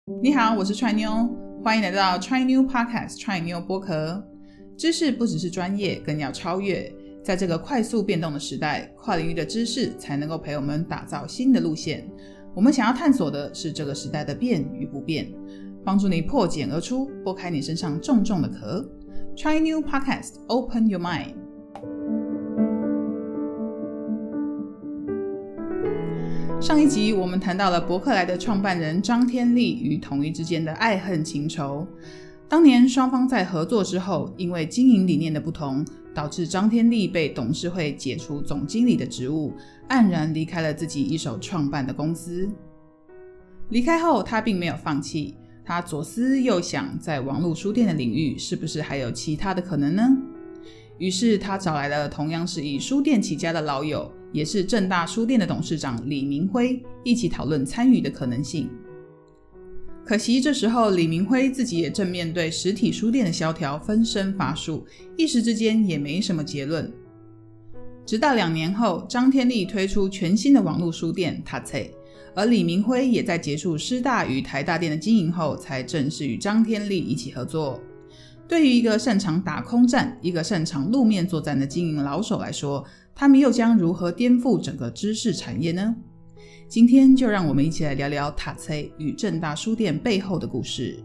你好，我是踹妞，欢迎来到踹妞 Podcast 踹妞播客。知识不只是专业，更要超越。在这个快速变动的时代，跨领域的知识才能够陪我们打造新的路线。我们想要探索的是这个时代的变与不变，帮助你破茧而出，剥开你身上重重的壳。Try New Podcast, Open Your Mind。 上一集我们谈到了博客来的创办人张天力与统一之间的爱恨情仇。当年双方在合作之后，因为经营理念的不同，导致张天力被董事会解除总经理的职务，黯然离开了自己一手创办的公司。离开后，他并没有放弃，他左思右想，在网络书店的领域是不是还有其他的可能呢？于是他找来了同样是以书店起家的老友，也是正大书店的董事长李明辉，一起讨论参与的可能性。可惜这时候李明辉自己也正面对实体书店的萧条分身乏术，一时之间也没什么结论。直到2年后，张天力推出全新的网络书店塔翠，而李明辉也在结束师大与台大店的经营后，才正式与张天力一起合作。对于一个擅长打空战，一个擅长路面作战的经营老手来说，他们又将如何颠覆整个知识产业呢？今天就让我们一起来聊聊塔翠与正大书店背后的故事。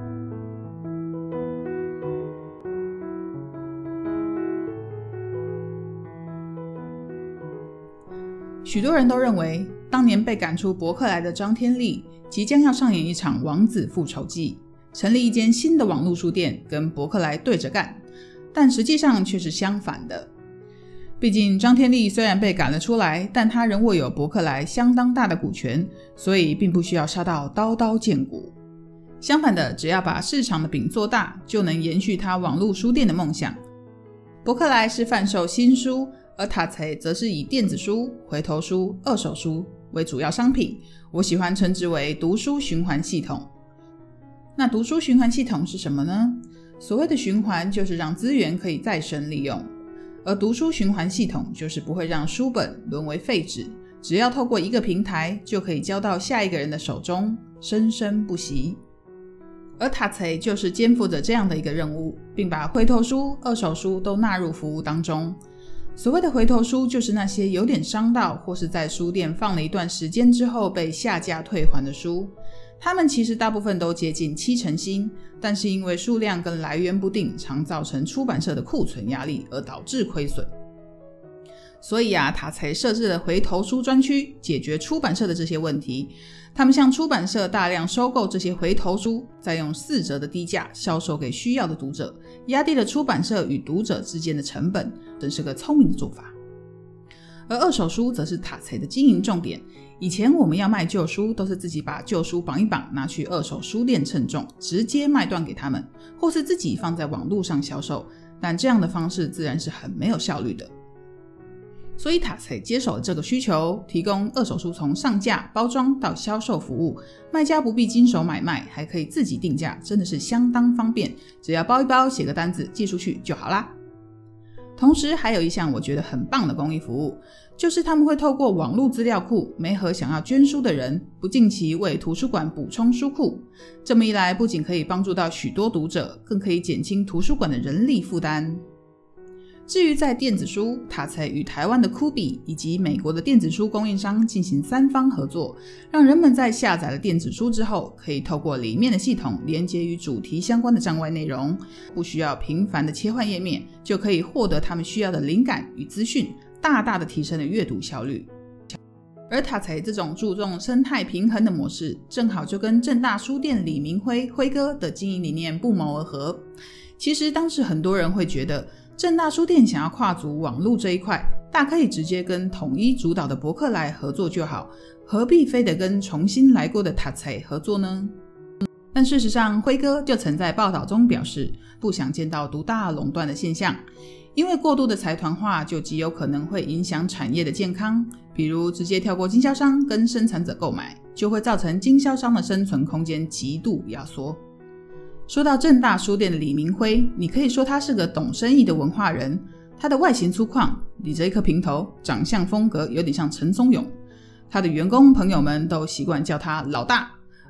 许多人都认为，当年被赶出博客来的张天力即将要上演一场王子复仇记，成立一间新的网络书店跟博客来对着干，但实际上却是相反的。毕竟张天力虽然被赶了出来，但他仍握有博客来相当大的股权，所以并不需要杀到刀刀见骨。相反的，只要把市场的饼做大，就能延续他网络书店的梦想。博客来是贩售新书，而塔翠则是以电子书、回头书、二手书为主要商品，我喜欢称之为读书循环系统。那读书循环系统是什么呢？所谓的循环就是让资源可以再生利用，而读书循环系统就是不会让书本沦为废纸，只要透过一个平台就可以交到下一个人的手中，生生不息。而塔翠就是肩负着这样的一个任务，并把回头书、二手书都纳入服务当中。所谓的回头书就是那些有点伤到或是在书店放了一段时间之后被下架退还的书，它们其实大部分都接近7成新，但是因为数量跟来源不定，常造成出版社的库存压力而导致亏损。所以塔翠设置了回头书专区，解决出版社的这些问题。他们向出版社大量收购这些回头书，再用4折的低价销售给需要的读者，压低了出版社与读者之间的成本，真是个聪明的做法。而二手书则是塔翠的经营重点。以前我们要卖旧书，都是自己把旧书绑一绑，拿去二手书店称重，直接卖断给他们，或是自己放在网络上销售，但这样的方式自然是很没有效率的。所以塔翠接手了这个需求，提供二手书从上架、包装到销售服务，卖家不必经手买卖，还可以自己定价，真的是相当方便，只要包一包，写个单子寄出去就好啦。同时还有一项我觉得很棒的公益服务，就是他们会透过网络资料库媒合想要捐书的人，不定期为图书馆补充书库。这么一来，不仅可以帮助到许多读者，更可以减轻图书馆的人力负担。至于在电子书，塔翠与台湾的酷比以及美国的电子书供应商进行3方合作，让人们在下载了电子书之后，可以透过里面的系统连接与主题相关的站外内容，不需要频繁的切换页面，就可以获得他们需要的灵感与资讯，大大的提升了阅读效率。而塔翠这种注重生态平衡的模式，正好就跟正大书店李明辉辉哥的经营理念不谋而合。其实当时很多人会觉得，正大书店想要跨足网络这一块，大可以直接跟统一主导的博客来合作就好，何必非得跟重新来过的塔翠合作呢？但事实上，辉哥就曾在报道中表示，不想见到独大垄断的现象，因为过度的财团化就极有可能会影响产业的健康，比如直接跳过经销商跟生产者购买，就会造成经销商的生存空间极度压缩。说到正大书店的李明辉，你可以说他是个懂生意的文化人，他的外形粗犷，理着一颗平头，长相风格有点像陈松勇，他的员工朋友们都习惯叫他老大，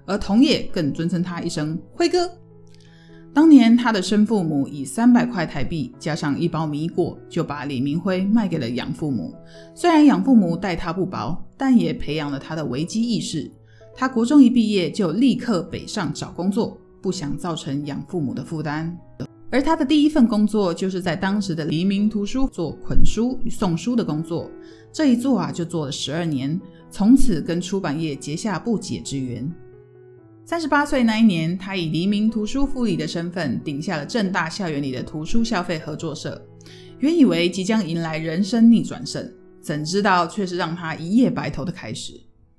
而同业更尊称他一声辉哥。当年他的生父母以300块台币加上一包米果，就把李明辉卖给了养父母。虽然养父母待他不薄，但也培养了他的危机意识。他国中一毕业就立刻北上找工作，不想造成养父母的负担。而他的第一份工作就是在当时的黎明图书做捆书与送书的工作，这一做就做了12年，从此跟出版业结下不解之缘。38岁那一年，他以黎明图书副理的身份顶下了政大校园里的图书消费合作社。原以为即将迎来人生逆转胜，怎知道却是让他一夜白头的开始。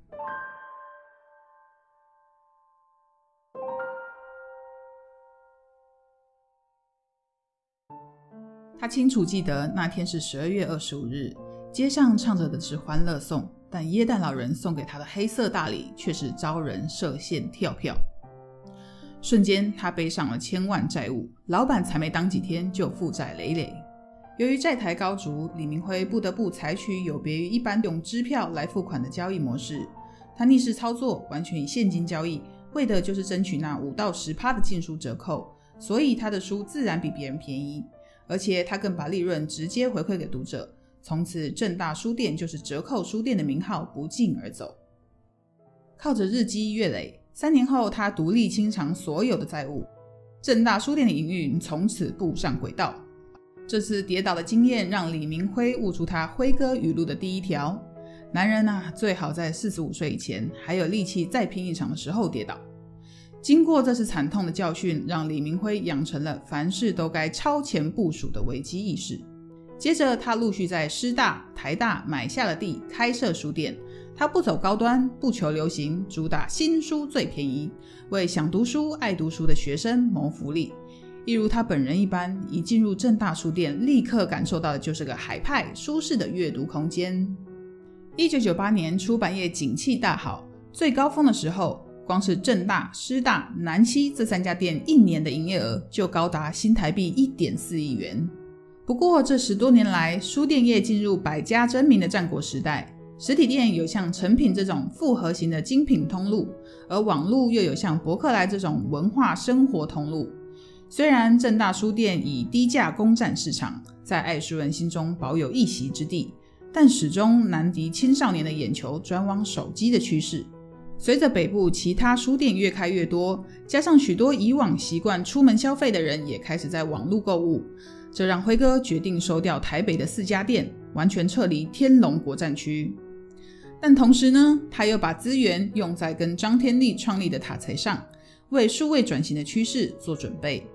他清楚记得那天是12月25日，街上唱着的是欢乐颂，但耶诞老人送给他的黑色大礼却是招人射线跳票。瞬间他背上了1000万债务，老板才没当几天就负债累累。由于债台高筑，李明辉不得不采取有别于一般用支票来付款的交易模式。他逆势操作，完全以现金交易，为的就是争取那5到10%的进书折扣，所以他的书自然比别人便宜。而且他更把利润直接回馈给读者，从此政大书店就是折扣书店的名号不胫而走。靠着日积月累，3年后他独立清偿所有的债务，政大书店的营运从此步上轨道。这次跌倒的经验让李明辉悟出他辉哥语录的第一条：男人最好在45岁以前还有力气再拼一场的时候跌倒。经过这次惨痛的教训，让李明辉养成了凡事都该超前部署的危机意识。接着他陆续在师大、台大买下了地，开设书店。他不走高端，不求流行，主打新书最便宜，为想读书、爱读书的学生谋福利。一如他本人一般，一进入政大书店，立刻感受到的就是个海派舒适的阅读空间。1998年出版业景气大好，最高峰的时候，光是政大、师大、南西这3家店1年的营业额就高达新台币 1.4 亿元。不过这10多年来，书店业进入百家争鸣的战国时代，实体店有像诚品这种复合型的精品通路，而网路又有像博客来这种文化生活通路。虽然政大书店以低价攻占市场，在爱书人心中保有一席之地，但始终难敌青少年的眼球转往手机的趋势。随着北部其他书店越开越多，加上许多以往习惯出门消费的人也开始在网络购物，这让辉哥决定收掉台北的4家店，完全撤离天龙国战区。但同时呢，他又把资源用在跟张天力创立的塔财上，为数位转型的趋势做准备。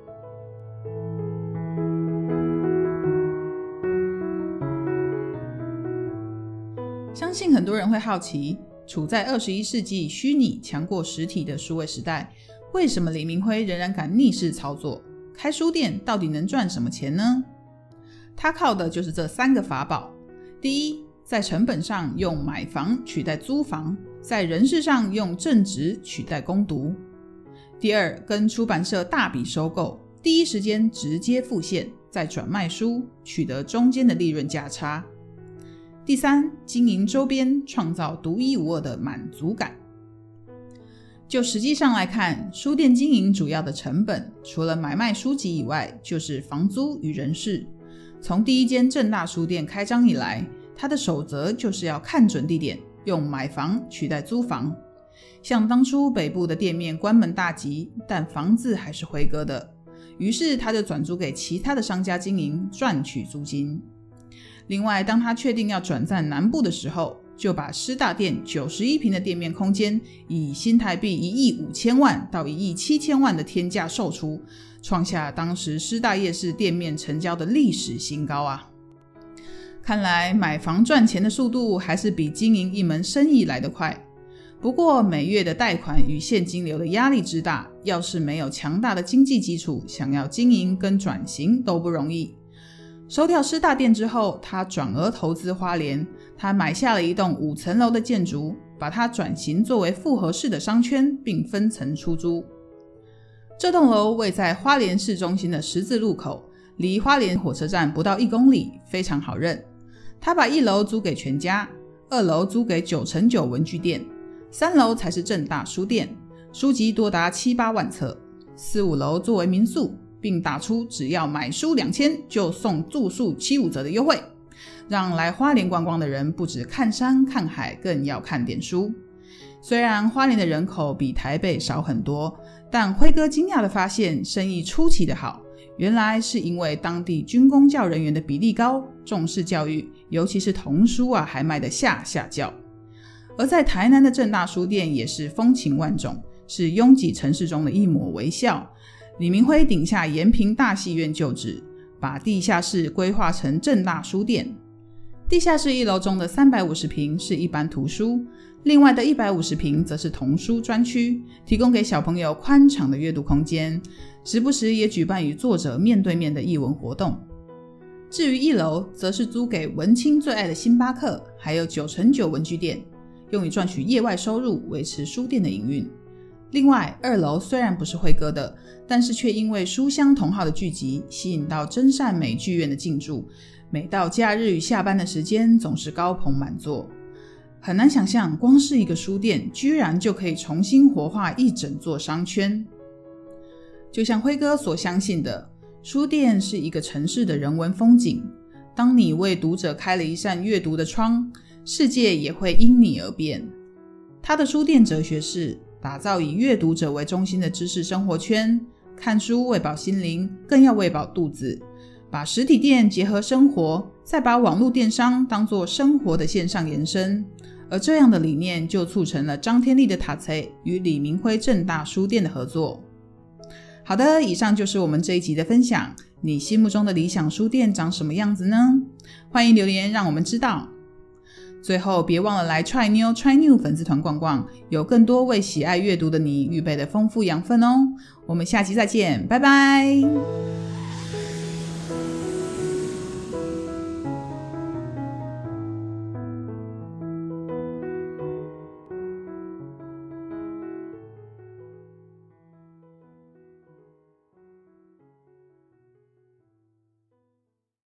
相信很多人会好奇，处在21世纪虚拟强过实体的数位时代，为什么李明辉仍然敢逆势操作？开书店到底能赚什么钱呢？他靠的就是这3个法宝。第一，在成本上用买房取代租房，在人事上用正职取代工读。第二，跟出版社大笔收购，第一时间直接付现，再转卖书，取得中间的利润价差。第三，经营周边，创造独一无二的满足感。就实际上来看，书店经营主要的成本，除了买卖书籍以外，就是房租与人事。从第一间政大书店开张以来，它的守则就是要看准地点，用买房取代租房。像当初北部的店面关门大吉，但房子还是辉哥的，于是他就转租给其他的商家经营，赚取租金。另外，当他确定要转战南部的时候，就把师大店91坪的店面空间以新台币1亿5千万到1亿7千万的天价售出，创下当时师大夜市店面成交的历史新高啊！看来买房赚钱的速度还是比经营一门生意来得快。不过每月的贷款与现金流的压力之大，要是没有强大的经济基础，想要经营跟转型都不容易。收掉师大店之后，他转而投资花莲，他买下了一栋5层楼的建筑，把它转型作为复合式的商圈，并分层出租。这栋楼位在花莲市中心的十字路口，离花莲火车站不到1公里，非常好认。他把1楼租给全家，2楼租给9乘9文具店，3楼才是政大书店。 书籍多达7、8万册，4、5楼作为民宿，并打出只要买书2000就送住宿75折的优惠，让来花莲观光的人不只看山看海，更要看点书。虽然花莲的人口比台北少很多，但辉哥惊讶地发现生意出奇的好，原来是因为当地军公教人员的比例高，重视教育，尤其是童书还卖得下教。而在台南的政大书店也是风情万种，是拥挤城市中的一抹微笑。李明辉顶下延平大戏院旧址，把地下室规划成政大书店。地下室1楼中的350平是一般图书，另外的150平则是童书专区，提供给小朋友宽敞的阅读空间，时不时也举办与作者面对面的艺文活动。至于1楼则是租给文青最爱的星巴克，还有9x9文具店，用以赚取业外收入，维持书店的营运。另外2楼虽然不是辉哥的，但是却因为书香同好的聚集，吸引到真善美剧院的进驻，每到假日与下班的时间总是高朋满座。很难想象光是一个书店居然就可以重新活化一整座商圈。就像辉哥所相信的，书店是一个城市的人文风景，当你为读者开了一扇阅读的窗，世界也会因你而变。他的书店哲学是打造以阅读者为中心的知识生活圈，看书喂饱心灵，更要喂饱肚子，把实体店结合生活，再把网络电商当作生活的线上延伸。而这样的理念就促成了张天立的塔册与李明辉政大书店的合作。好的，以上就是我们这一集的分享。你心目中的理想书店长什么样子呢？欢迎留言让我们知道。最后别忘了来 Try New 粉丝团逛逛，有更多为喜爱阅读的你预备的丰富养分哦。我们下期再见，拜拜。